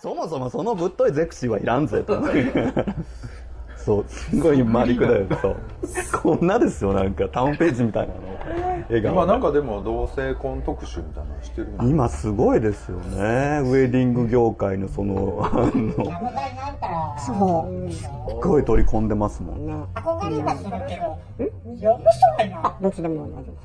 そもそもそのぶっといゼクシーはいらんぜと思う。そうすごいマリクだよ。そうこんなですよ、なんかタウンページみたいなの笑顔。 今なんかでも同性婚特集みたいなのしてるんです今すごいですよね、ウェディング業界のそのそうすっごい取り込んでますもんね。 憧れはするけど、どっちでも同じです。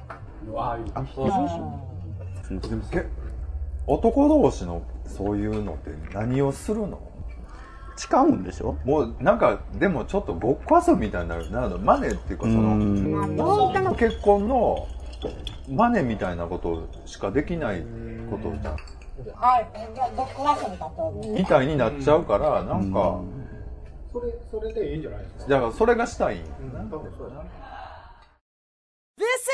でも男同士のそういうのって何をするの？ 誓うんでしょ？ もうなんかでもちょっとごっこ遊びみたいになるマネっていうかその結婚のマネみたいなことしかできないことじゃん。 はい、ごっこ遊びだと思う。 みたいになっちゃうからなんかそれでいいんじゃないですか。 だからそれがしたいん。 なんかそうだな。 This is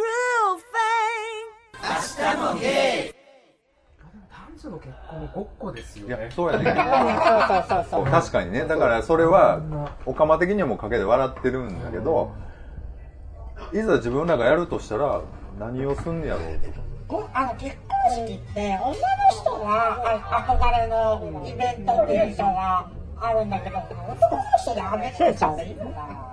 a groove thing. 明日もゲイ。 男女の結婚もごっこですよいやね。 そうやね。 そう確かにね。だからそれはオカマ的にも陰で笑ってるんだけど、いざ自分らがやるとしたら何をすんねやろうとか。 結婚式って女の人が憧れのイベントっていう人があるんだけど、男の人であげてちゃうから。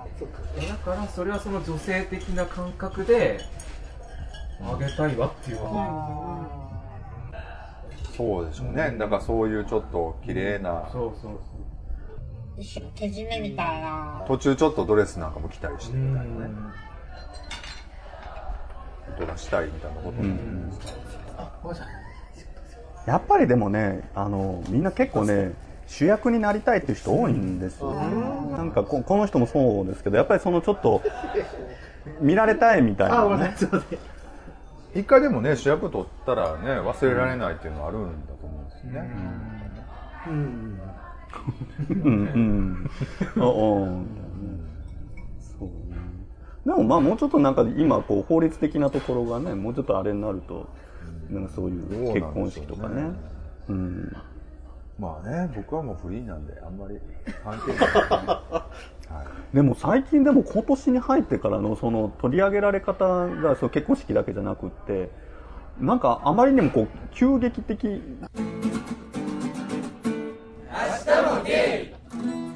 だからそれはその女性的な感覚であげたいわっていうわそうでしょうね。だからそういうちょっと綺麗な、 そうそう一種のけじめみたいな。 途中ちょっとドレスなんかも着たりしてみたいなね。音がしたいみたいなことなんですか。 やっぱりでもね、みんな結構ね主役になりたいっていう人多いんですよね。なんかこの人もそうですけど、やっぱりそのちょっと見られたいみたいなね。 一回でもね主役取ったらね忘れられないっていうのはあるんだと思うんですよね。 そうね。でもまあもうちょっとなんか今こう法律的なところがねもうちょっとあれになると、なんかそういう結婚式とかね。 まあね、僕はもうフリーなんであんまり関係ない、 でも最近でも今年に入ってからのその取り上げられ方がその結婚式だけじゃなくってなんかあまりにもこう急激的。明日もゲイ。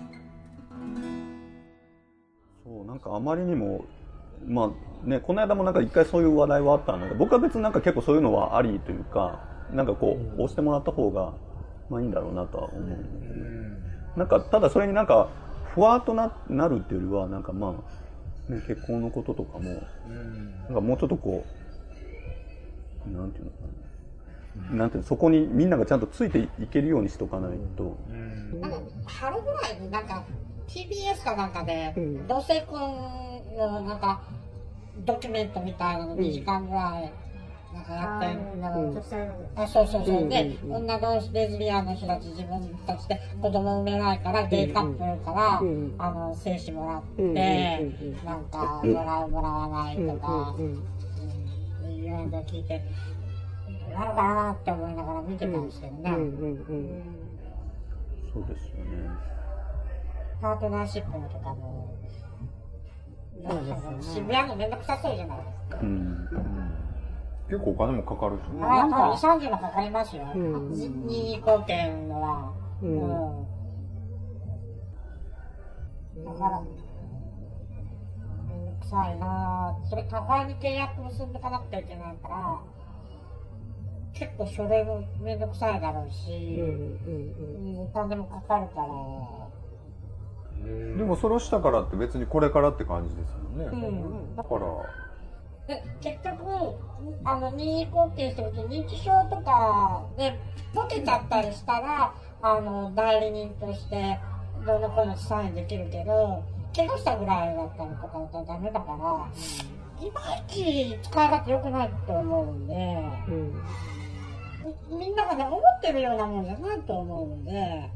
そうなんかあまりにもまあねこの間もなんか一回そういう話題はあったので、僕は別になんか結構そういうのはありというかなんかこう押してもらった方がまあいいんだろうなとは思うんですけど、なんかただそれになんかふわっと なるっていうよりはなんかまあ、ね、結婚のこととかもなんかもうちょっとこうなんていうのかな、なんていうのそこにみんながちゃんとついていけるようにしとかないと。 なんか春ぐらいになんか TBS かなんかで同性婚のなんかドキュメントみたいなの2時間ぐらいなんかやってるの。そうで、女同士レズビアンの人たち自分たちで子供産めないからゲイカップルから精子もらってなんかもらうもらわないとかいうのを聞いてなるかなって思いながら見てたんですけどね。 そうですよね。 パートナーシップのとかも渋谷にめんどくさそうじゃないですか。 結構お金もかかるしね。 2、30もかかりますよ。任意貢献のは。だから、めんどくさいなぁ。それ互いに契約結んでいかなくちゃいけないから、結構書類もめんどくさいだろうし、お金もかかるから。 でもそれをしたからって別にこれからって感じですもんね。だからで結局任意貢献してると認知症とかでボケちゃったりしたら代理人としてどうのこうのサインできるけど怪我したぐらいだったりとかだとダメだからいまいち使い勝手良くないと思うんで、みんながね思ってるようなもんじゃないと思うんで。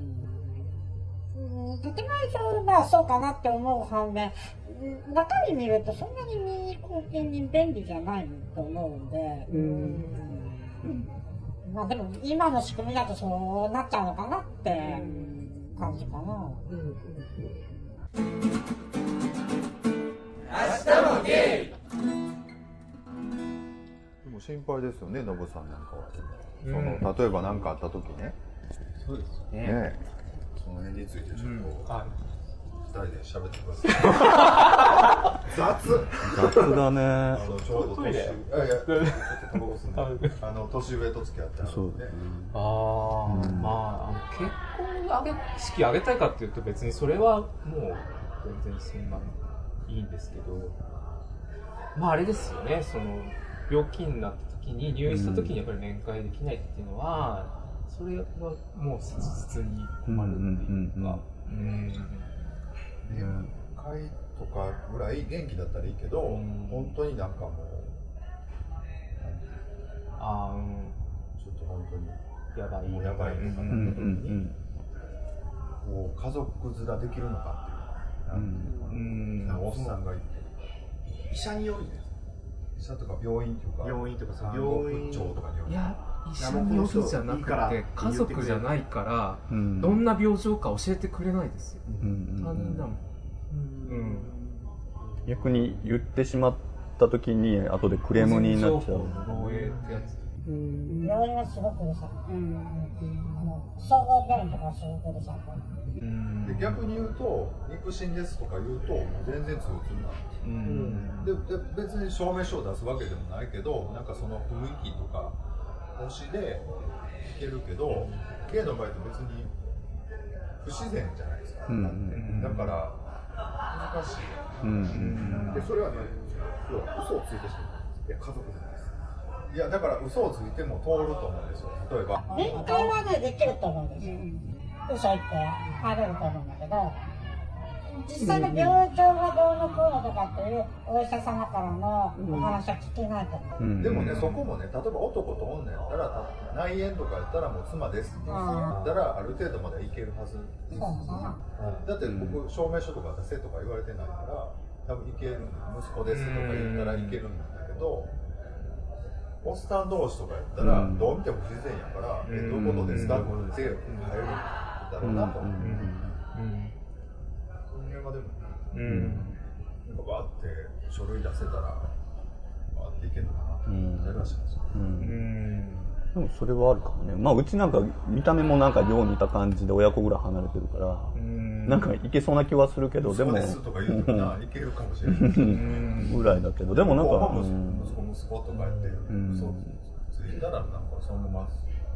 建前上まあそうかなって思う反面中身見るとそんなに任意貢献に便利じゃないと思うんで、まあでも今の仕組みだとそうなっちゃうのかなって感じかな。 明日もゲイ。 でも心配ですよね、ノブさんなんかは。例えば何かあった時ね、 そうですね。 ね、その辺についてちょっと、2人で喋ってください。 雑だね。 ちょうど年上、タバコ吸んで、年上と付き合ってはるんで。 まあ結婚式挙げたいかっていうと別にそれはもう全然そんないいんですけど、まああれですよね、その病気になった時に入院した時にやっぱり面会できないっていうのは、それはもう切実に困るっていうか、 面会とかぐらい元気だったらいいけど、本当になんかもう、ちょっと本当にやばいもうやばいとかなった時に、こう家族面できるのかっていうか、おっさんがいて、 医者によるじゃないですか。 医者とか病院とか病院とか産後不調とかによる。 いや、医者によるじゃなくて家族じゃないから、どんな病状か教えてくれないですよ。他人だもん。 逆に言ってしまった時に後でクレームになっちゃう。 漏洩ってやつ。 病院はすごくうるさい。総合病院とかはすごくうるさい。 で逆に言うと肉親ですとか言うと全然通ずるな、で別に証明書を出すわけでもないけど、なんかその雰囲気とか推しでいけるけど、ゲイの場合って別に不自然じゃないですか、だから難しい、 でそれはね、要は嘘をついてしまうんです。いや家族なんです。 いやだから嘘をついても通ると思うんですよ。例えば面会はね、できると思うんですよ。嘘言って入れると思うんだけど、実際の病状がどうのこうのとかっていうお医者様からのお話は聞けないと思う。 でもね、そこもね、例えば男と女やったら、内縁とかやったらもう妻ですって言ったら、ある程度まではいけるはずです。だって僕、証明書とか出せとか言われてないから、多分いける、息子ですとか言ったらいけるんだけど、おっさん同士とかやったら、どう見ても不自然やから、どういうことですかって入るだろうなと思う。その辺はでも、なんかバーって書類出せたら、バーっていけるのかなと思ったりはしますよね。 でもそれはあるかもね。まあうちなんか見た目もなんかよう似た感じで親子ぐらい離れてるから、なんかいけそうな気はするけど、でも。 そうですとか言うとな、いけるかもしれない。 ぐらいだけど、でもなんか。 息子とかやって、嘘ついたらなんかそのまま。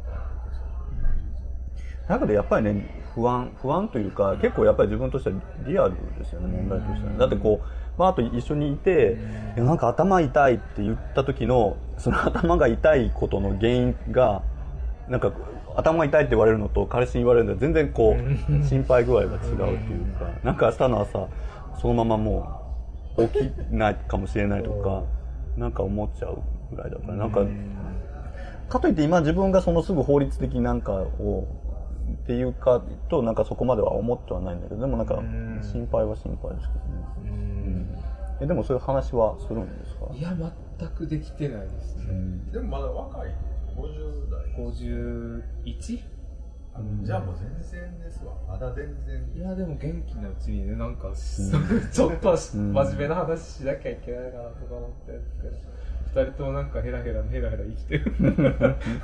だけどやっぱりね、不安というか、結構やっぱり自分としてはリアルですよね、問題としては。だってこう、バーと一緒にいて、なんか頭痛いって言った時の、その頭が痛いことの原因が、なんか頭が痛いって言われるのと彼氏に言われるのは全然こう、心配具合が違うっていうか、なんか明日の朝、そのままもう起きないかもしれないとか、なんか思っちゃうぐらいだから、なんか、かといって今自分がそのすぐ法律的なんかを、っていうかとなんかそこまでは思ってはないんだけど、でもなんか心配は心配ですけどね。でもそういう話はするんですか？ いや全くできてないですね。 でもまだ若い50代。 51？ じゃあもう全然ですわ。まだ全然。 いやでも元気なうちにね、なんかちょっと真面目な話しなきゃいけないなとか思ってるんですけど。2人ともなんかヘラヘラ生きてる。いやでも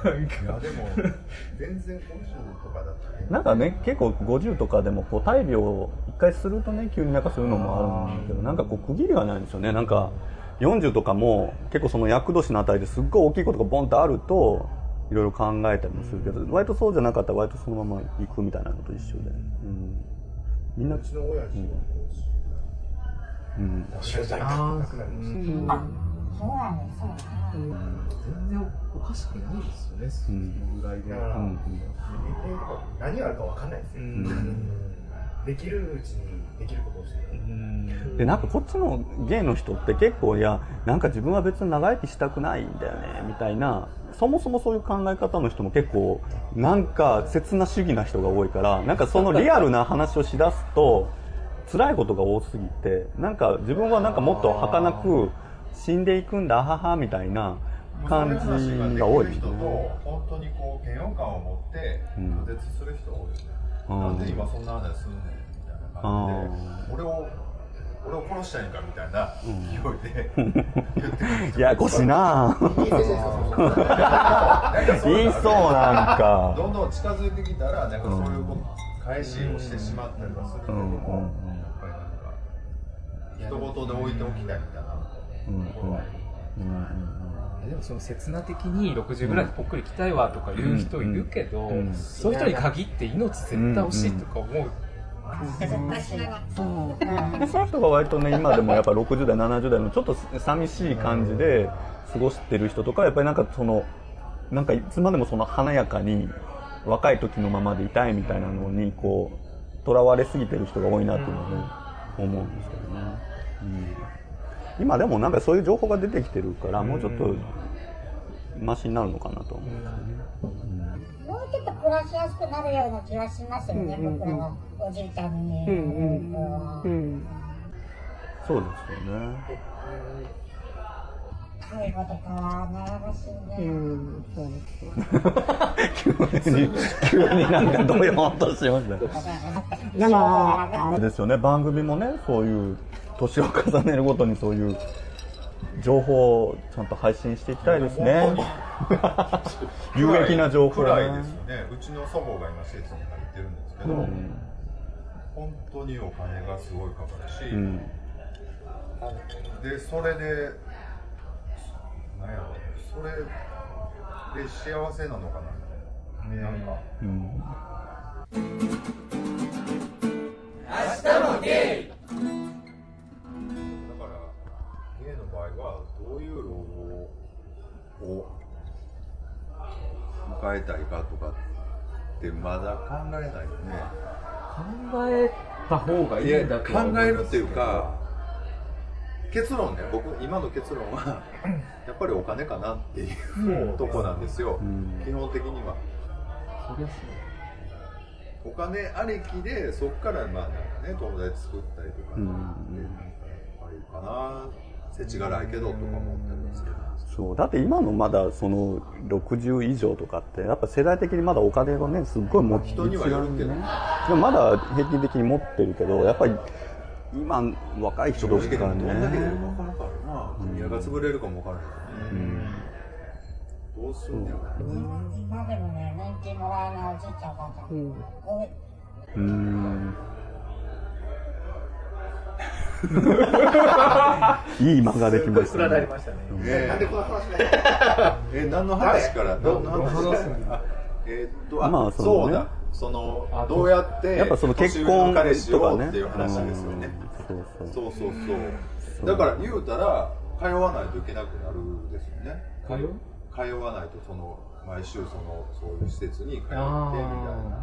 全然50とかだったね。 なんかね、結構50とかでもこう大病を一回するとね、急になんかそういうのもあるんだけど、なんかこう区切りがないんですよね。なんか40とかも結構その厄年のあたりですっごい大きいことがボンとあるといろいろ考えたりもするけど、割とそうじゃなかったら割とそのまま行くみたいなのと一緒で、みんなうちの親父は集団がなくなりました。 そうなんですよ。 全然おかしくないですよね、そのぐらいで。 何があるかわかんないですよ。できるうちにできることをしてる。 でなんかこっちのゲイの人って結構、いやなんか自分は別に長生きしたくないんだよねみたいな、そもそもそういう考え方の人も結構なんか切な主義な人が多いから、なんかそのリアルな話をしだすと辛いことが多すぎて、なんか自分はなんかもっと儚く死んでいくんだははみたいな感じが多いですね。 本当にこう嫌悪感を持って拒絶する人が多いですね。なんで今そんな話すんねんみたいな感じで、俺を俺を殺したいんかみたいな勢いで言ってくる。 ややこしいな言いそうなんか。 どんどん近づいてきたらなんかそういう返しをしてしまったりはするけども、やっぱりなんか一言で置いておきたいみたいなところはある。 でもその刹那的に60ぐらいでぽっくり来たいわとか言う人いるけど、そういう人に限って命絶対欲しいとか思う。 そういう人が割とね今でもやっぱ60代70代のちょっと寂しい感じで過ごしてる人とかやっぱりなんかそのなんかいつまでもその華やかに若い時のままでいたいみたいなのにこうとらわれすぎてる人が多いなっていうのを、ね、思うんですけどね、今でもなんかそういう情報が出てきてるからもうちょっとマシになるのかなと思うんですよね。 もうちょっと暮らしやすくなるような気はしますよね、僕らがおじいちゃんに。 そうですよね。 介護とかは悩ましいね。 急になんかどよんとしましたでもですよね、番組もねそういう年を重ねるごとにそういう情報をちゃんと配信していきたいですね。有益な情報くらいですよね。うちの祖母が今施設に入ってるんですけど、本当にお金がすごいかかるし、でそれでなんやろ、それで幸せなのかな、なんか。 明日もゲイ。 ゲイの場合はどういう老後を迎えたいかとかってまだ考えないよね。 考えた方がいいんだとは思います。 考えるっていうか結論ね、僕今の結論はやっぱりお金かなっていうとこなんですよ、基本的には。 そりゃそう。 お金ありきでそこからまあなんかね友達作ったりとか、なんかあるかな、世知辛いけどとか思ったりはするんですけど。 そうだって今のまだその60以上とかってやっぱ世代的にまだお金をねすっごい持ってる人にはよるけどね、 まだ平均的に持ってるけどやっぱり今若い人とかねどんだけ出るか分からんからな、組合が潰れるかも分からないからね、どうするんだろう。 今でもね、年金もらえないおじいちゃんおばあちゃん多い。 いい漫画できましたね。 なんでこの話何の話から何の話まあそうだ、そのどうやってやっぱその結婚彼氏とかねをっていう話ですよね。そうだから言うたら通わないといけなくなるですよね。通わないとその毎週そういう施設に通ってみたいな。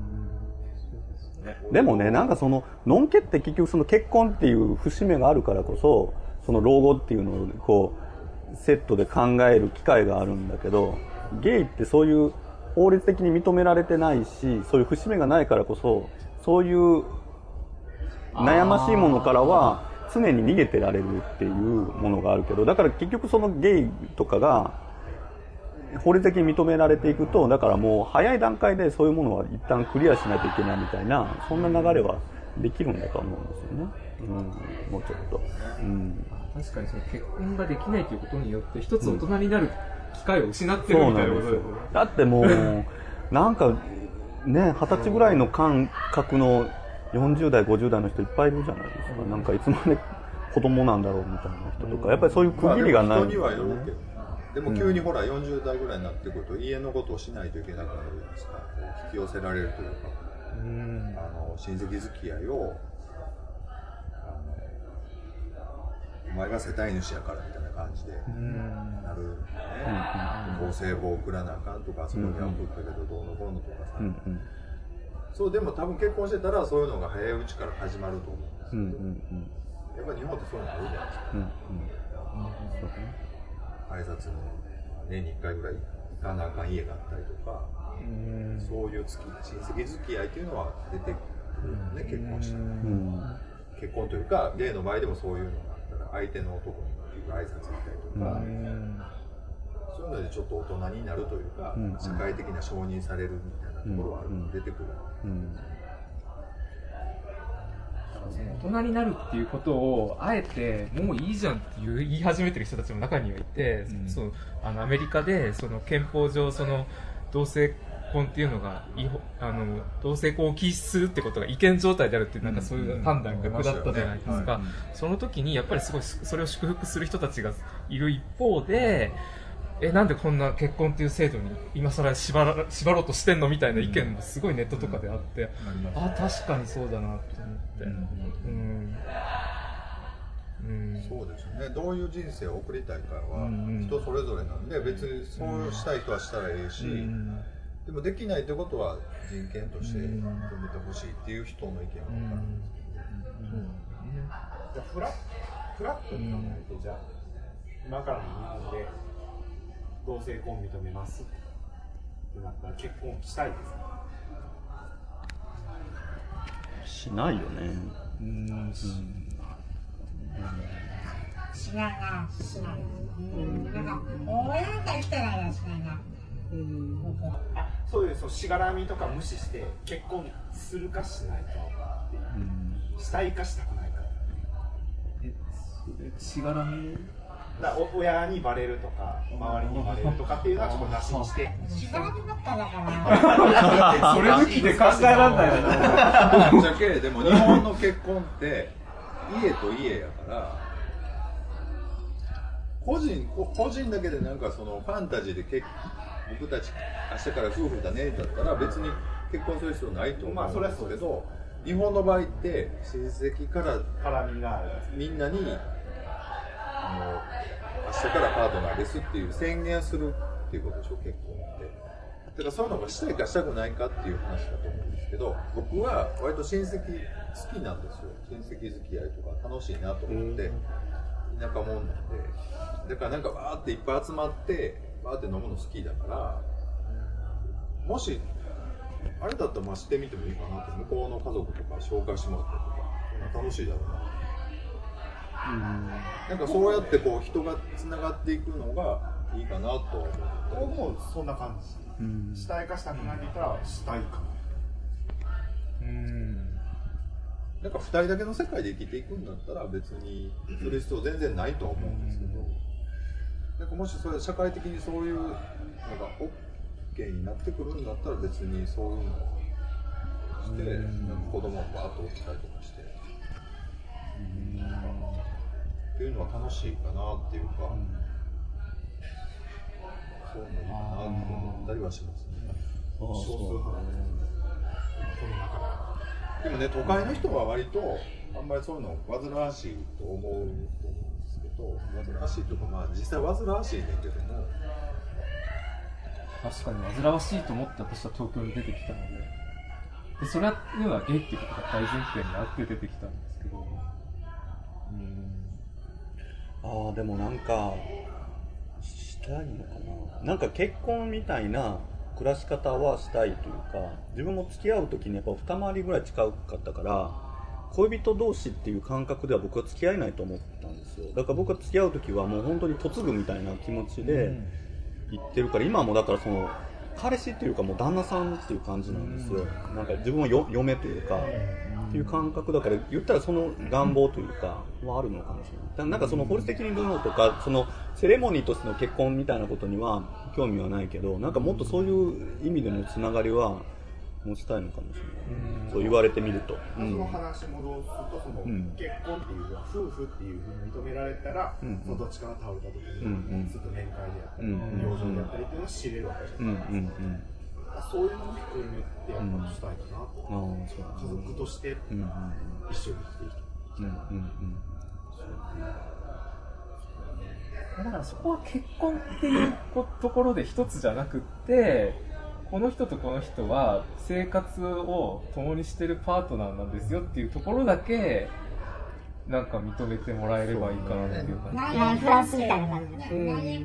でもね、なんかそののんけって結局その結婚っていう節目があるからこそその老後っていうのをこうセットで考える機会があるんだけど、ゲイってそういう法律的に認められてないしそういう節目がないからこそそういう悩ましいものからは常に逃げてられるっていうものがあるけど、だから結局そのゲイとかが法律的に認められていくとだからもう早い段階でそういうものは一旦クリアしないといけないみたいなそんな流れはできるんだと思うんですよね、もうちょっと、 確かにその結婚ができないということによって一つ大人になる機会を失ってるみたいなことですよね。 だってもうなんかね20歳ぐらいの感覚の40代50代の人いっぱいいるじゃないですか、なんかいつまで子供なんだろうみたいな人とか、やっぱりそういう区切りがない、 人にはよるけど、でも急にほら40代ぐらいになってくると家のことをしないといけなくなるじゃないですか。引き寄せられるというか、親戚付き合いをお前が世帯主やからみたいな感じでなる、厚生法を送らなあかんとか、そこにアップったけどどうのこうのとかさ、そうでも多分結婚してたらそういうのが早いうちから始まると思うんですけど、やっぱり日本ってそういうのあるじゃないですか。挨拶に年に1回ぐらい行かなあかん家があったりとか、そういう親戚付き合いっていうのは出てくるよね、結婚したら、結婚というかゲイの場合でもそういうのがあったら相手の男に挨拶行ったりとか、そういうのでちょっと大人になるというか、社会的な承認されるみたいなところは出てくる、 その大人になるっていうことをあえてもういいじゃんって言い始めてる人たちも中にはいて、そうアメリカでその憲法上その同性婚っていうのが同性婚を禁止するってことが違憲状態であるっていうなんかそういう判断が下ったじゃないですか。その時にやっぱりすごいそれを祝福する人たちがいる一方で、なんでこんな結婚っていう制度に今更縛ろうとしてんのみたいな意見もすごいネットとかであって、確かにそうだなと思って、 そうですね。どういう人生を送りたいかは人それぞれなんで、別にそうしたい人はしたらいいし、でもできないってことは人権として認めてほしいっていう人の意見は分かるんですけど、 フラットに考えて、じゃあ今からの日本で同性婚認めますってなったら結婚したいですか？ しないよね。 しないな、しない。なんか親が言ってないな、しないな。 そういうしがらみとか無視して結婚するかしないかっていう、したいかしたくないか。 しがらみ親にバレるとか周りにバレるとかっていうのはちょっとなしにして。 しがらみだったのかな。 それ抜きで考えらんないよな。 ぶっちゃけでも日本の結婚って家と家やから個人だけでなんかそのファンタジーで僕たち明日から夫婦だねだったら別に結婚する必要ないと思うんですけど、日本の場合って親戚から絡みがあるみんなに明日からパートナーですっていう宣言するっていうことでしょ、結婚って。だからそういうのがしたいかしたくないかっていう話だと思うんですけど、僕は割と親戚好きなんですよ。親戚付き合いとか楽しいなと思って田舎もんなんで、だからなんかバーっていっぱい集まってバーって飲むの好きだから、もしあれだったらまあしてみてもいいかなって、向こうの家族とか紹介してもらったりとか、そんな楽しいだろうな。なんかそうやってこう人がつながっていくのがいいかなと思って。 僕もそんな感じ、したいかしたくないって言ったらしたいかな。 なんか2人だけの世界で生きていくんだったら別にする必要全然ないと思うんですけど、なんかもしそれ社会的にそういうのが OK になってくるんだったら別にそういうのをして、なんか子供をバーッと置きたりとかして、っていうのは楽しいかなっていうか、そういうのいいかなって思ったりはしますね。 少数派この中でもね、都会の人は割とあんまりそういうの煩わしいと思うと思うんですけど、煩わしいとか、まあ実際煩わしいねんけども、 確かに煩わしいと思って私は東京に出てきたので、それはいうのはゲイっていうことが大前提にあって出てきたんですけど、 でもなんかしたいのかな。なんか結婚みたいな暮らし方はしたいというか、自分も付き合う時にやっぱ二回りぐらい近かったから、恋人同士っていう感覚では僕は付き合えないと思ったんですよ。だから僕は付き合う時はもう本当に嫁ぐみたいな気持ちで言ってるから、今はもうだからその彼氏っていうかもう旦那さんっていう感じなんですよ。なんか自分は嫁というかっていう感覚だから、言ったらその願望というかはあるのかもしれない。なんかその法律的にどうのとか、そのセレモニーとしての結婚みたいなことには興味はないけど、なんかもっとそういう意味でのつながりは持ちたいのかもしれない。そう言われてみると。 その話戻すと、その結婚っていうのは夫婦っていうふうに認められたら、そのどっちかが倒れた時にずっと面会であったり、病状であったりっていうのを知れるわけじゃないですか。そういうのも含めてやっぱしたいかなと、家族として一緒に生きていきたい。 だからそこは結婚っていうところで一つじゃなくって、この人とこの人は生活を共にしてるパートナーなんですよっていうところだけなんか認めてもらえればいいかなっていう感じ。 フランスみたいな感じ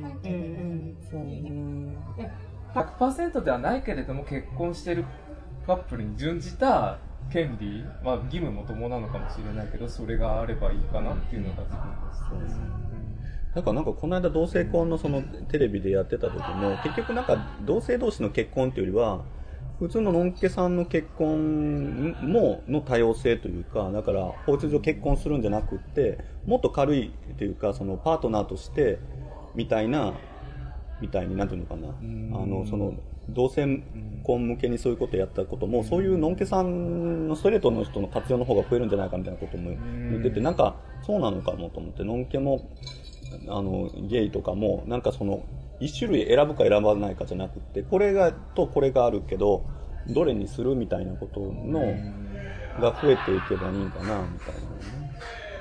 ね。 100% ではないけれども結婚してるカップルに準じた権利、義務も伴うのかもしれないけど、それがあればいいかなっていうのが自分です。 なんかこの間同性婚のそのテレビでやってた時も、結局なんか同性同士の結婚っていうよりは普通ののんけさんの結婚もの多様性というか、だから法律上結婚するんじゃなくってもっと軽いというか、そのパートナーとしてみたいになんていうのかな、その同性婚向けにそういうことをやったことも、そういうのんけさんのストレートの人の活用の方が増えるんじゃないかみたいなことも言ってて、なんかそうなのかもと思って、のんけもゲイとかもなんかその一種類選ぶか選ばないかじゃなくて、これがとこれがあるけどどれにするみたいなことのが増えていけばいいんかなみたいなね。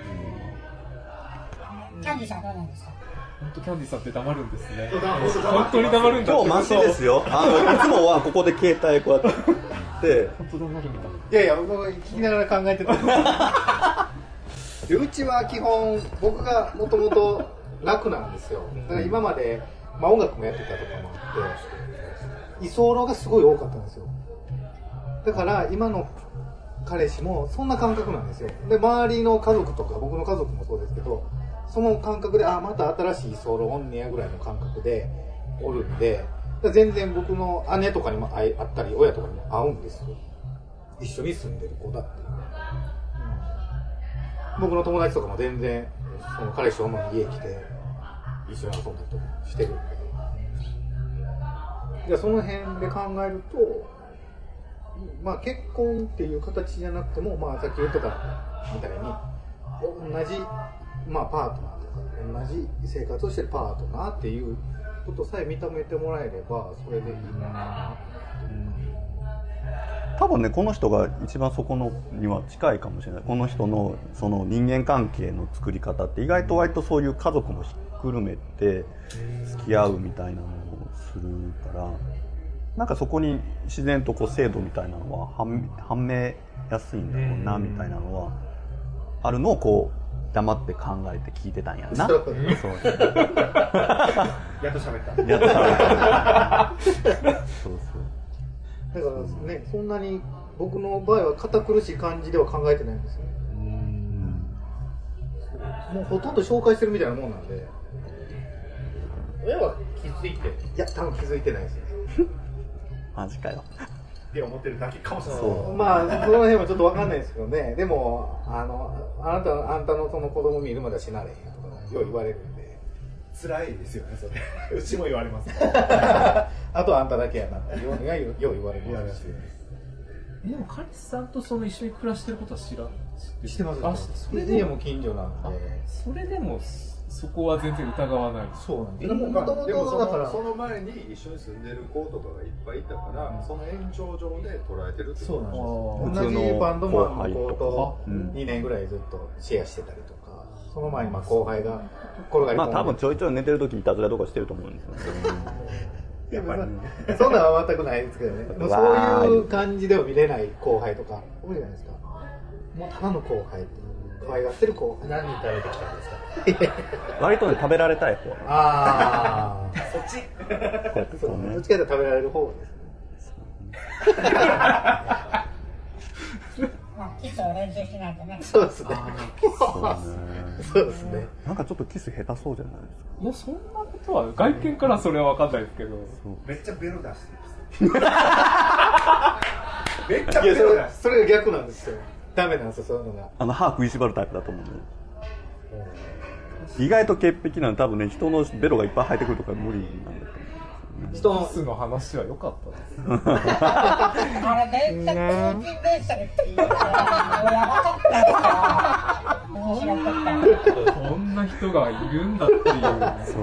キャンディーさんどうなんですか？ 本当キャンディーさんって黙るんですね。本当に黙るんだ。 今日マシですよ。いつもはここで携帯こうやって本当黙るんだ。 いやいや、僕聞きながら考えてたでうちは基本僕がもともと楽なんですよ。だから今まで、音楽もやってたとかもあって居候がすごい多かったんですよ。だから今の彼氏もそんな感覚なんですよ。で周りの家族とか僕の家族もそうですけど、その感覚でまた新しい居候おんねやぐらいの感覚でおるんで、全然僕の姉とかにも会ったり親とかにも会うんですよ。一緒に住んでる子だっていう、僕の友達とかも全然その彼氏と家来て一緒に遊んだりとかしてるんで、その辺で考えると、結婚っていう形じゃなくても、さっき言ってたみたいに同じ、パートナーとか同じ生活をしてるパートナーっていうことさえ認めてもらえればそれでいいな。 多分ね、この人が一番そこのには近いかもしれない。この人のその人間関係の作り方って意外と割とそういう家族もひっくるめて付き合うみたいなのをするから、なんかそこに自然と制度みたいなのは判明やすいんだろうなみたいなのはあるのを黙って考えて聞いてたんやな。そうやっと喋った。 そうだからね、そんなに僕の場合は堅苦しい感じでは考えてないんですよ。もうほとんど紹介してるみたいなもんなんで。 親は気づいて、 いや多分気づいてないですよ。 マジかよって思ってるだけかもしれない。 その辺はちょっと分かんないですけどね。でもあんたのその子供見るまでは死なれへんとかよう言われるんで。 辛いですよね、それ。うちも言われます。 あとはあんただけやなってよう言われる。 でも彼氏さんとその一緒に暮らしてることは知ってます。 それでも近所なんで。 それでもそこは全然疑わない。 そうなんです。 でもその前に一緒に住んでる子とかがいっぱいいたから、その延長上で捉えてるってことなんですよ。同じバンドマンの子と2年ぐらいずっとシェアしてたりとか、その前に後輩が転がり込んで、 多分ちょいちょい寝てる時いたずらとかしてると思うんですよね。 やっぱりそんなのは全くないですけどね。もうそういう感じでは見れない後輩とか多いじゃないですか。もうただの後輩って可愛がってる後輩。 何人食べてきたんですか？ 割とね、食べられたい方。 そっち。 そうね。 どっちかというと食べられる方ですね。 キスを練習しないとね。 そうですね。そうですね。 なんかちょっとキス下手そうじゃないですか。 いや、そんなことは外見からそれは分かんないですけど。 めっちゃベロ出してる。めっちゃベロ出してる。 それが逆なんですよ。ダメなんですよ、そういうのが。 歯食いしばるタイプだと思うね。意外と潔癖なの、多分ね、人のベロがいっぱい生えてくるとか無理なんだと思う。 人のキスの話は良かったです。 電車同人電車でっていうのはやばかったですから。 こんな人がいるんだっていう。 そう。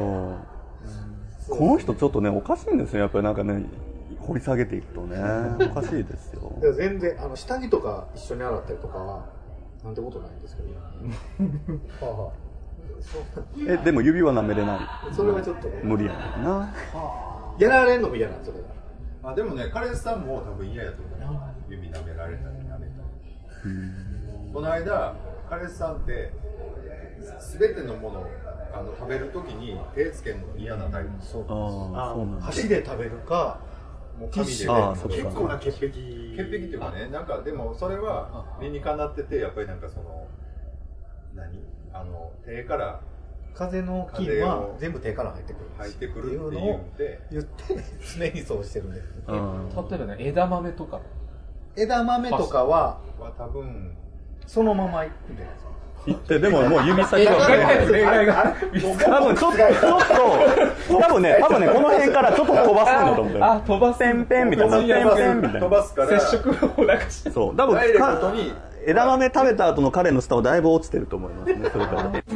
この人ちょっとね、おかしいんですよ。やっぱりなんかね、掘り下げていくとね、おかしいですよ。 全然下着とか一緒に洗ったりとかはなんてことないんですけど。 でも指は舐めれない。 それはちょっとね。 無理やねんな。 やられんのも嫌なんですよ。 でもね、彼氏さんも多分嫌やと思う。指舐められたり舐めたり。この間彼氏さんって全てのものを食べるときに手つけるの嫌なタイプ。 そうなんです。箸で食べるか。もう紙で結構な潔癖っていうかね、なんかでもそれは理にかなってて、やっぱりなんかその手から風の菌は全部手から入ってくるっていうのを言って常にそうしてるんです。 例えばね、枝豆とかは多分そのままいくんじゃないですか。 行って、でももう指先が多分ちょっと多分ねこの辺からちょっと飛ばすんだと思うんだよ。 飛ばせんペンみたいな、 飛ばすから接触をなくして、 そう多分ダイレクトに枝豆食べた後の彼の舌はだいぶ落ちてると思いますね。それから明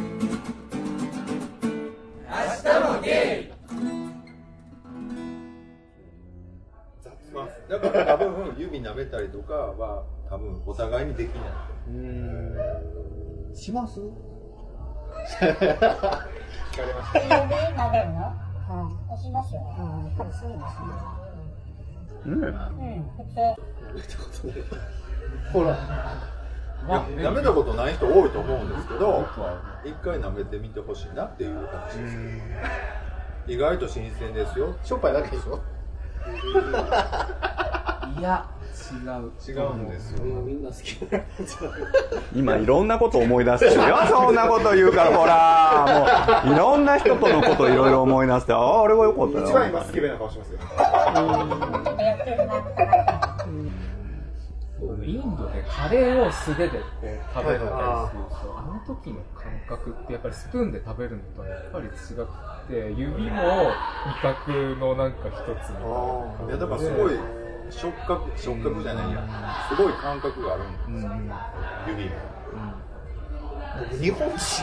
日もゲイ。 だから多分指舐めたりとかは多分お互いにできない。 します？ 指撫でるの？しますよ。やっぱりそうですね。 ほら。 舐めたことない人多いと思うんですけど、一回舐めてみてほしいなっていう話です。意外と新鮮ですよ。 しょっぱいだけでしょ？ いや違うんですよ。 みんな好きな今いろんなこと思い出してるよ。そんなこと言うから、ほらもういろんな人とのこといろいろ思い出して、あれはよかったな。 一番今スケベな顔しますよ。 インドでカレーを素手でこう食べたりすると、あの時の感覚ってやっぱりスプーンで食べるのとはやっぱり違って、指も味覚のなんか一つみたいな。 いやだからすごい触覚じゃないや、すごい感覚があるんですよ、指も。 僕日本人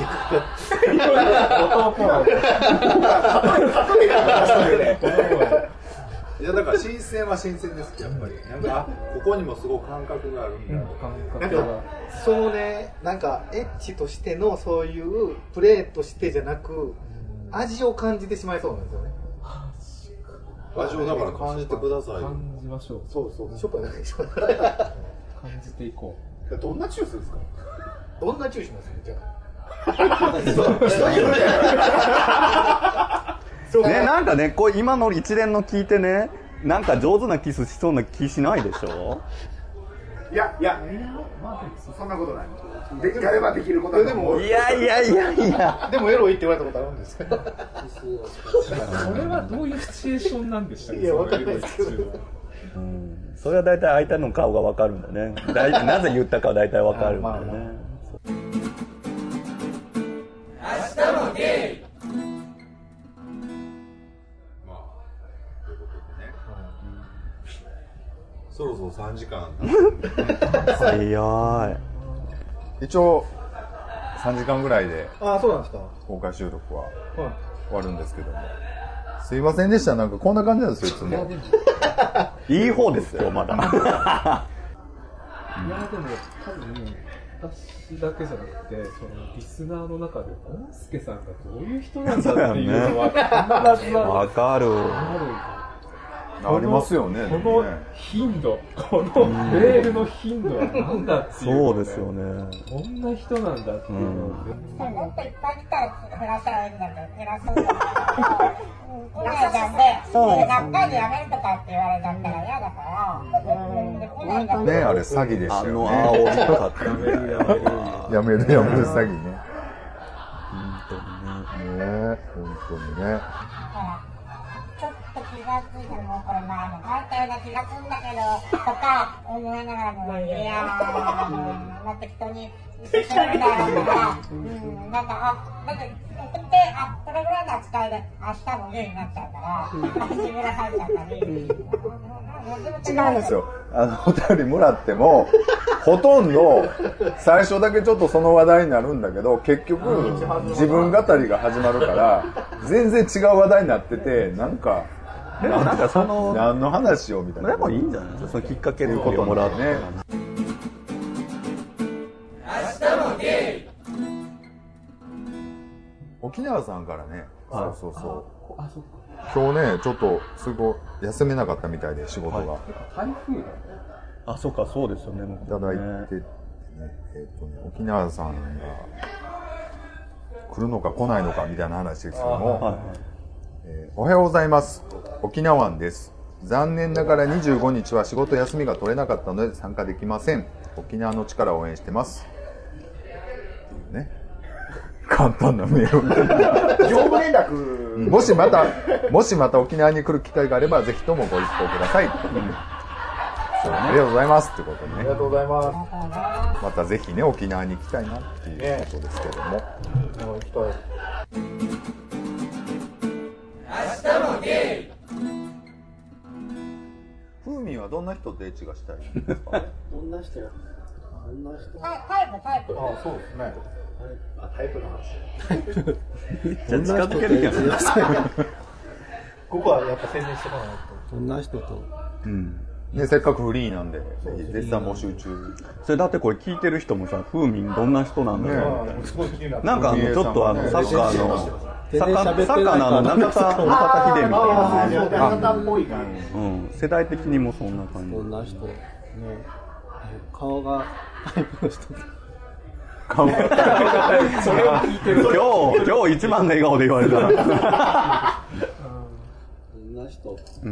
いやだから新鮮は新鮮ですやっぱり。なんかここにもすごく感覚があるんだ。 なんかそのね、なんかエッチとしてのそういうプレーとしてじゃなく、味を感じてしまいそうなんですよね。 味をだから感じてください。 感じましょう。 そうしょっぱいだけでしょ。 感じていこう。どんなチューするんですか？ どんなチューしますじゃあ。 ね、なんかね、こう今の一連の聞いてね、なんか上手なキスしそうな気しないでしょ？ いや、そんなことない。やればできることはでも。 いや。 でもエロいって言われたことあるんですか？ それはどういうシチュエーションなんでしたっけ？ いや、わかんないですけど。 それは大体相手の顔がわかるんだね。なぜ言ったかは大体わかるんだよね。 明日もゲイ。 そろそろ3時間。 早い。 一応3時間ぐらいでそうなんですか。 公開収録は終わるんですけども、すいませんでした。なんかこんな感じなんですよいつも。 いい方ですよまだ。 いやでも多分私だけじゃなくて、そのリスナーの中でゴンスケさんがどういう人なんだっていうのはわかる。 ありますよね。 この頻度、このメールの頻度はなんだっていう、 そうですよね。 こんな人なんだっていうのを、 もっといっぱい来たら減らしたらいいんだけど、減らすんだけど、来ないじゃんで、100回でやめるとかって言われちゃったら嫌だから、 ね、あれ詐欺でしたよね。 煽りとかってやめる詐欺ね。 本本当にね。 ちょっと気がついたのこれ前も書いたような気がするんだけどとか思いながらも、いやーもっと人に言ってくれるんだろうから、なんかだって送ってそれぐらいの扱いで明日もゲイになっちゃうから足ぐら入っちゃったり。 違うんですよ。お便りもらってもほとんど最初だけちょっとその話題になるんだけど、結局自分語りが始まるから全然違う話題になってて、なんかその何の話をみたいな。 でもいいんじゃないですか、そのきっかけのことをもらってね。 明日もゲイ。 沖縄さんからね、そうそっか。 今日ねちょっとすごい休めなかったみたいで仕事が、 台風だ。 そうか、そうですよね。 いただいててね、沖縄さんが来るのか来ないのかみたいな話ですけども、おはようございます。沖縄湾です。残念ながら25日は仕事休みが取れなかったので参加できません。沖縄の力を応援してます。っていうね。 簡単なメール。 業務連絡。 もしまた沖縄に来る機会があれば、ぜひともご一報ください。ありがとうございますってことでね。 ありがとうございます。 またぜひね、沖縄に行きたいなっていうことですけども。 行きたい。 明日もゲイ。 ふうみんはどんな人とエッチがしたいんですか？ どんな人？ タイプ。 あ、そうですね。タイプの話。 めっちゃ近づけるやん。 ここはやっぱ宣伝してこないと。 どんな人と？ うん。 ね、せっかくフリーなんで、絶賛募集中。 それだってこれ聞いてる人もさ、ふうみんどんな人なんだろうみたいすごい気になな。なんかちょっとサッカーの、サッカーの中田秀みたいなね。 中田っぽい感じ。 うん、世代的にもそんな感じ。 どんな人？ね、顔がタイプの人。 顔がそれを聞いてる。今日一番の笑顔で言われたら。 どんな人？ うん。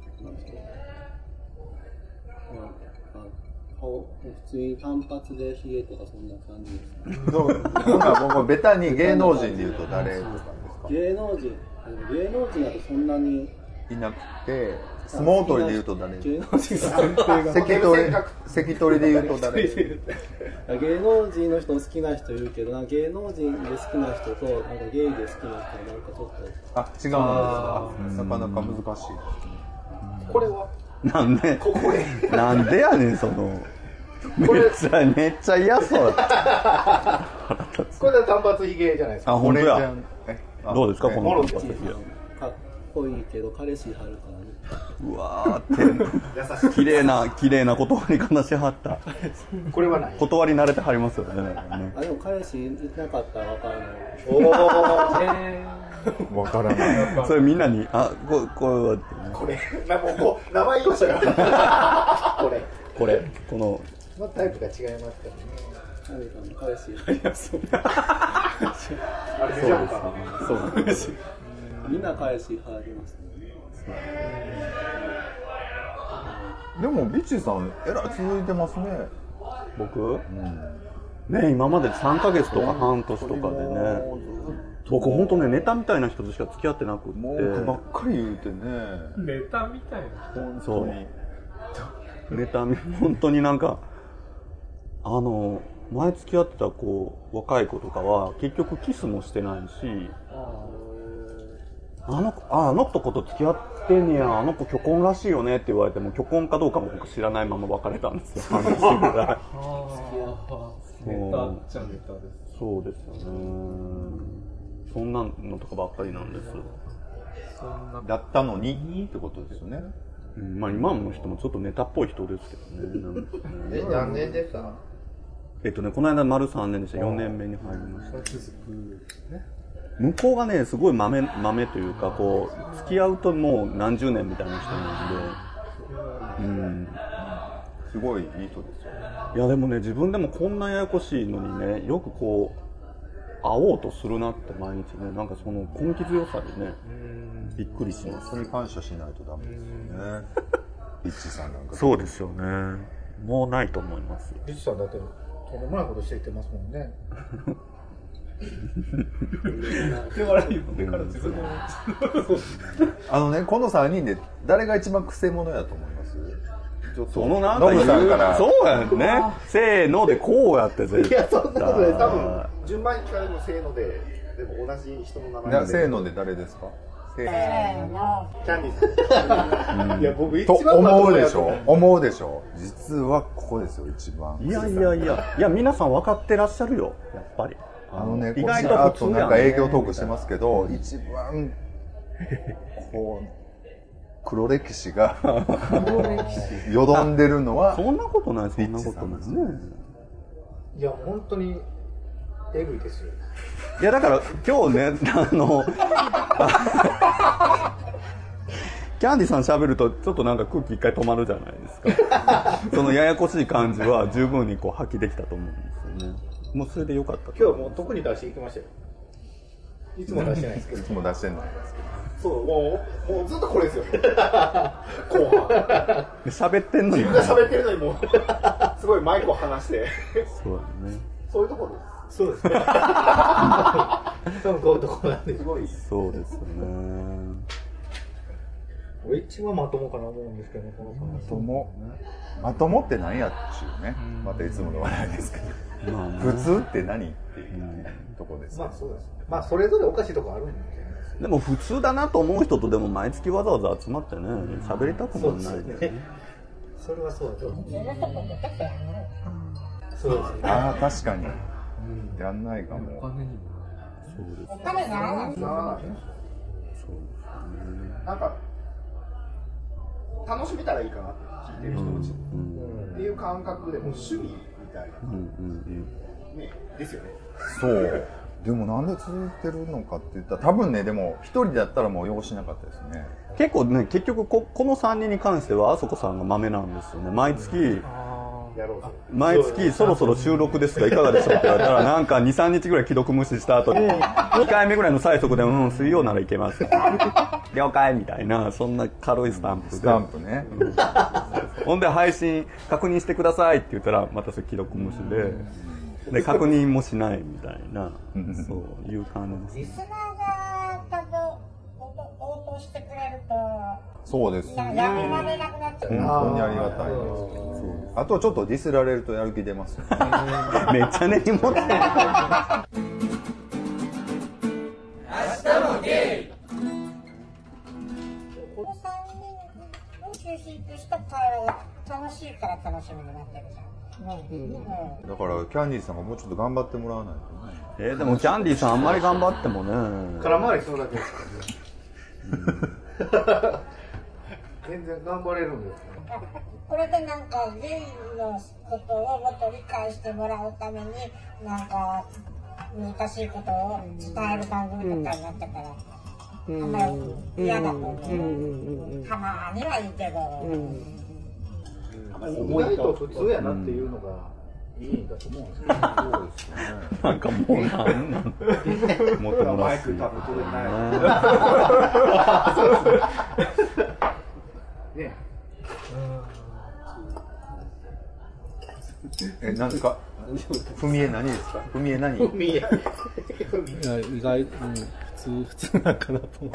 普通に単発でヒゲとかそんな感じですか？ なんかもうベタに芸能人で言うと誰とかですか？ 芸能人だとそんなにいなくて、相撲取りで言うと誰？ 芸能人が関取で言うと誰？ 芸能人の人好きな人いるけど、なんか芸能人で好きな人となんかゲイで好きな人はなんかちょっと違うんですか？なかなか難しい。 これはなんでやねんその。めっちゃ嫌そう。 これは単発ヒゲじゃないですか。 あ、本当や。どうですかこの単発ヒゲ。 かっこいいけど彼氏いはるからね。 うわーって綺麗な言葉に話しはった。 これはない。 断り慣れてはりますよね。 あ、でも彼氏いなかったらわからない。 わからない。 それみんなにこれ名前言いましたからこのタイプが違いますからね。 彼氏ありますよね。 あれじゃんか。 そうなんです。 みんな彼氏入りますね。 でもビッチーさんえらい続いてますね。 僕？ね、今まで3ヶ月とか半年とかでね。僕本当ねネタみたいな人としか付き合ってなくって。 文句ばっかり言うてね。 ネタみたいな。 そう。 ネタ本当になんか前付き合ってた若い子とかは結局キスもしてないし、あの子と付き合ってんねや、あの子虚婚らしいよねって言われても虚婚かどうかも僕知らないまま別れたんですよ。半年ぐらい。 ネタっちゃネタです。 そうですよね。そんなのとかばっかりなんです。 だったのにってことですよね。 まあ今の人もちょっとネタっぽい人ですけどね。 何年でした？ この間丸3年でした。4年目に入りました。向こうがねすごい豆というか付き合うともう何十年みたいな人なんで、 すごいいい人ですよね。 いやでもね自分でもこんなややこしいのにねよく会おうとするなって毎日ねなんかその根気強さでねびっくりします。 それに感謝しないとダメですよね。ビッチさんなんか。 そうですよね。もうないと思います。 ビッチさんだってとんでもないことしていってますもんね。 この3人で誰が一番クセ者やと思います？ そのなんかそうやんね。せーのでこうやって絶対。 いやそんなことで多分順番に聞かれるのせーのでも同じ人の名前で。 せーので誰ですか？ せーの。 キャンディーさん。いや僕一番と思うでしょ。実はここですよ一番。 いや皆さん分かってらっしゃるよやっぱり。 意外と普通なんか営業トークしてますけど、一番黒歴史がよどんでるのはそんなことないね。 いや本当にエグいですよ。 いやだから今日ねキャンディさん喋るとちょっとなんか空気一回止まるじゃないですか。そのややこしい感じは十分に発揮できたと思うんですよね。もうそれでよかった。 今日はもう特に出していきましたよ。いつも出してないですけど。 いつも出してないですけど。 そうもうずっとこれですよ。後半。 喋ってんのに。 自分が喋ってるのにもうすごいマイクを離して。 そうだね。 そういうところです。 そうですね。多分こういうとこなんですごい。 そうですよね。 一番まともかなと思うんですけどね、このまともって何やっちゅうね。またいつもの話題ですけど。普通って何っていうとこです。 まあそうです。まあそれぞれおかしいとこあるんで。 でも普通だなと思う人とでも毎月わざわざ集まってね、喋りたくもないですね。 それはそうだと思う。そうですね。 ああ、確かに。やんないかも。 お金にも。 そうです。 お金にならない。 なんか楽しめたらいいかなって聞いてる人たちっていう感覚でも趣味みたいなねですよね。 そう。でもなんで続いてるのかって言ったら多分ね、でも一人だったらもう用しなかったですね。 結構ね、結局この3人に関してはあそこさんが豆なんですよね。毎月そろそろ収録ですがいかがでしょうって言われたらなんか 2,3 日ぐらい既読無視した後に2回目ぐらいの催促で水曜ならいけます了解みたいな、そんな軽いスタンプで。 スタンプね。 ほんで配信確認してくださいって言ったらまたそれ既読無視で確認もしないみたいなそういう感じですね。 リスナーが多分応答してくれるとそうです。 やめられなくなっちゃう。 本当にありがたいです。あとちょっとディスられるとやる気出ますよね。 めっちゃ根に持ってる。 明日もゲイ。 この3人を中心とした会話が楽しいから楽しみになってるじゃん。 だからキャンディーさんがもうちょっと頑張ってもらわないとね。 でもキャンディーさんあんまり頑張ってもね。 空回りするだけですからね。全然頑張れるんですね。 これでなんかゲイのことをもっと理解してもらうためになんか難しいことを伝える番組とかになってたら、あんまり嫌だと思う。たまにはいいけど。 意外と普通やなっていうのがいいんだと思うんですけど。そうですね。 なんかもうなんもっともマイク多分取れない。ね。 何ですか？ふみえ何ですか？ふみえ何？ ふみえ。 いや意外、普通なんかなと思って。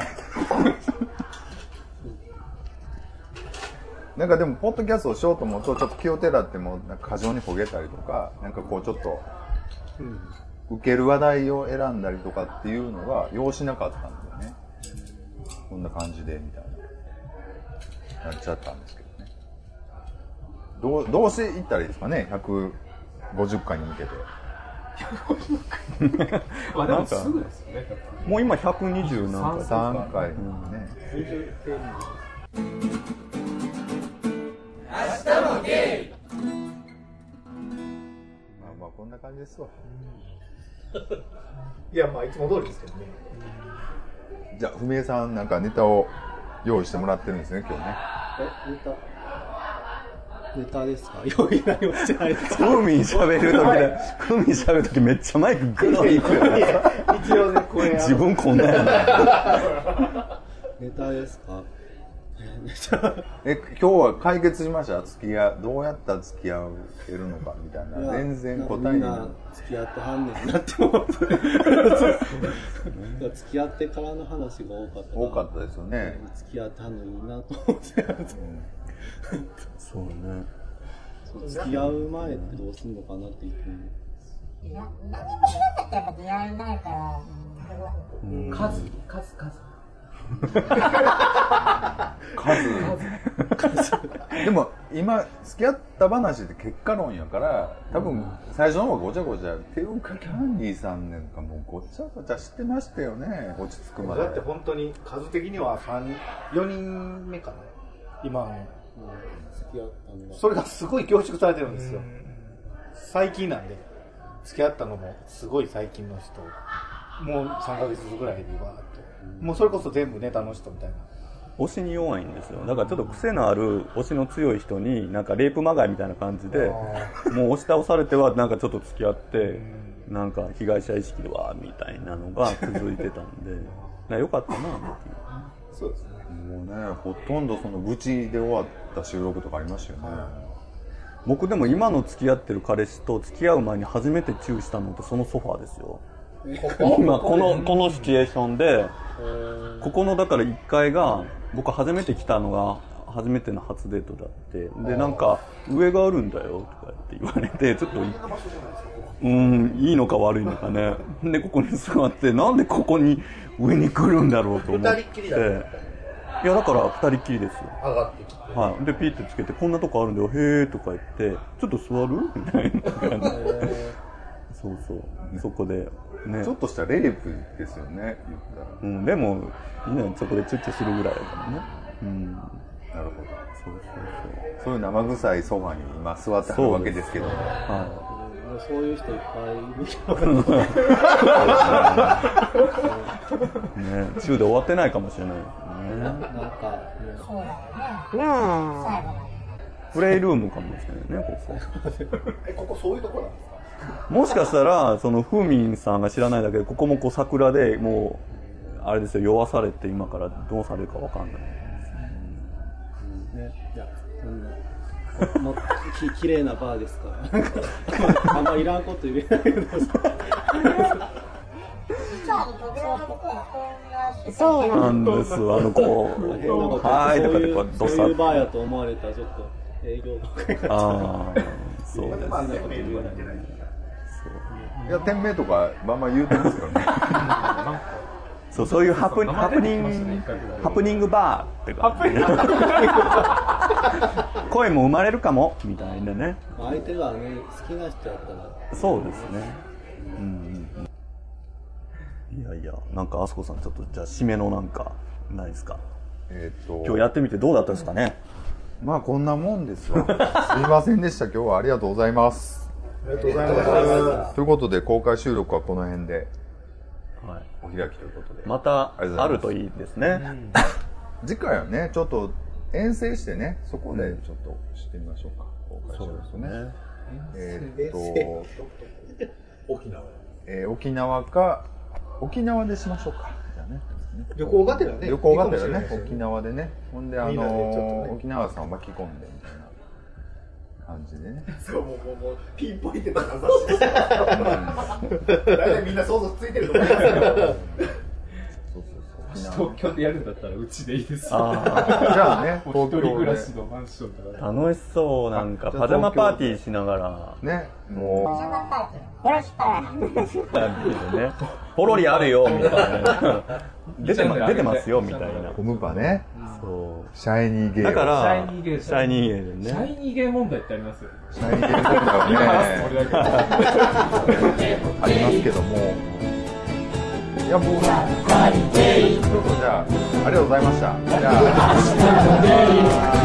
なんかでもポッドキャストをしようと思うとちょっと気をてらってもなんか過剰に焦げたりとか、なんかこうちょっと受ける話題を選んだりとかっていうのが要しなかったんだよね。こんな感じでみたいななっちゃったんですけどね。どうしていったらいいですかね、150回に向けて。 まあでもすぐですよね。 もう今120何回 3回ね。 明日もゲイ。 まあこんな感じですわ。 いやまあいつも通りですけどね。 じゃあふみえさんなんかネタを用意してもらってるんですね今日ね。 ネタですか？用意何もしてないです。 クーミン喋る時めっちゃマイクグロいくよね。 一応ねこれ自分こんなやな。 ネタですか？ 今日は解決しました？どうやったら付き合えるのかみたいな。全然答えになる。 付き合ってはんねんなって思って。付き合ってからの話が多かったですよね。 付き合ってはんのいいなと思って。 そうね。 付き合う前ってどうすんのかなっていうふうに。 何もしなかったらやっぱ出会えないから。 数。 でも今付き合った話って結果論やから多分最初の方がごちゃごちゃっていうかキャンディーさんなんかもうごちゃごちゃしてましたよね、落ち着くまで。 だって本当に数的には4人目かな今はね。 付き合ったのがそれがすごい凝縮されてるんですよ。最近なんで付き合ったのもすごい最近の人、もう3ヶ月ぐらいでわーっと、もうそれこそ全部ネタの人みたいな。 推しに弱いんですよ。だからちょっと癖のある推しの強い人になんかレイプまがいみたいな感じでもう押し倒されてはなんかちょっと付き合ってなんか被害者意識でわーみたいなのが続いてたんでよかったなっていう。 そうですね。 もうねほとんどその愚痴で終わった収録とかありましたよね。 僕でも今の付き合ってる彼氏と付き合う前に初めてチューしたのってそのソファーですよ。今このシチュエーションで、ここのだから1階が僕初めて来たのが初めての初デートだって、でなんか上があるんだよとかって言われて、ちょっといいのか悪いのかね。でここに座って、なんでここに上に来るんだろうと思って。 2人っきりだった。 いやだから2人っきりですよ。 上がってきて。 はい。でピッてつけて、こんなとこあるんだよ、へーとか言って、ちょっと座るみたいな感じで。そうそう。そこでね。 ちょっとしたレイプですよね、言ったら。 でもいいね、そこでチュッチュするぐらいだからね。 なるほど。そういう生臭いソファに今座ってはるわけですけども。 そういう人いっぱいいるね、 チューで終わってないかもしれないですね。 なんか、 そうだよね。 プレイルームかもしれないね、ここ。 ここそういうとこなんですか？ もしかしたら、そのフーミンさんが知らないだけで、ここもこう桜でもう、あれですよ、酔わされて今からどうされるかわかんない。 いや、もう綺麗なバーですから。あんまいらんこと言えないけど。 そうなんです。こう、はいとかでこうどっさり。 そういうバーやと思われたらちょっと営業とか。 そうです。 いや、店名とかまんま言うてますよね。 そういうハプニングバーってか、声も生まれるかもみたいなね。 相手がね、好きな人やったら。 そうですね。いやいや、なんかあすこさん、ちょっとじゃあ締めのなんかないですか？今日やってみてどうだったですかね？ まあこんなもんですわ。すいませんでした。今日はありがとうございます。 ありがとうございます。 ということで公開収録はこの辺で。お開きということでまたあるといいですね。 次回はねちょっと遠征してね、そこでちょっとしてみましょうか。 そうですね。 沖縄でしましょうか。じゃあね、 旅行がてらね、 沖縄でね、ほんで沖縄さんを巻き込んでみたいな感じでね。 そう、もうピンポイントな話です。大体みんな想像ついてると思いますけど。 東京でやるんだったらうちでいいです。 じゃあね、 一人暮らしのマンションとか。 楽しそう、なんかパジャマパーティーしながらね、 パジャマパーティーよろしくね、ポロリあるよみたいな、出てますよみたいな。 ゴムパね。 そう。 シャイニーゲー。 だからシャイニーゲーシャイニーゲーでね。 シャイニーゲー問題ってありますよね。 シャイニーゲー問題はね、ありますけども。いや、もう、じゃあ、ありがとうございました。じゃあ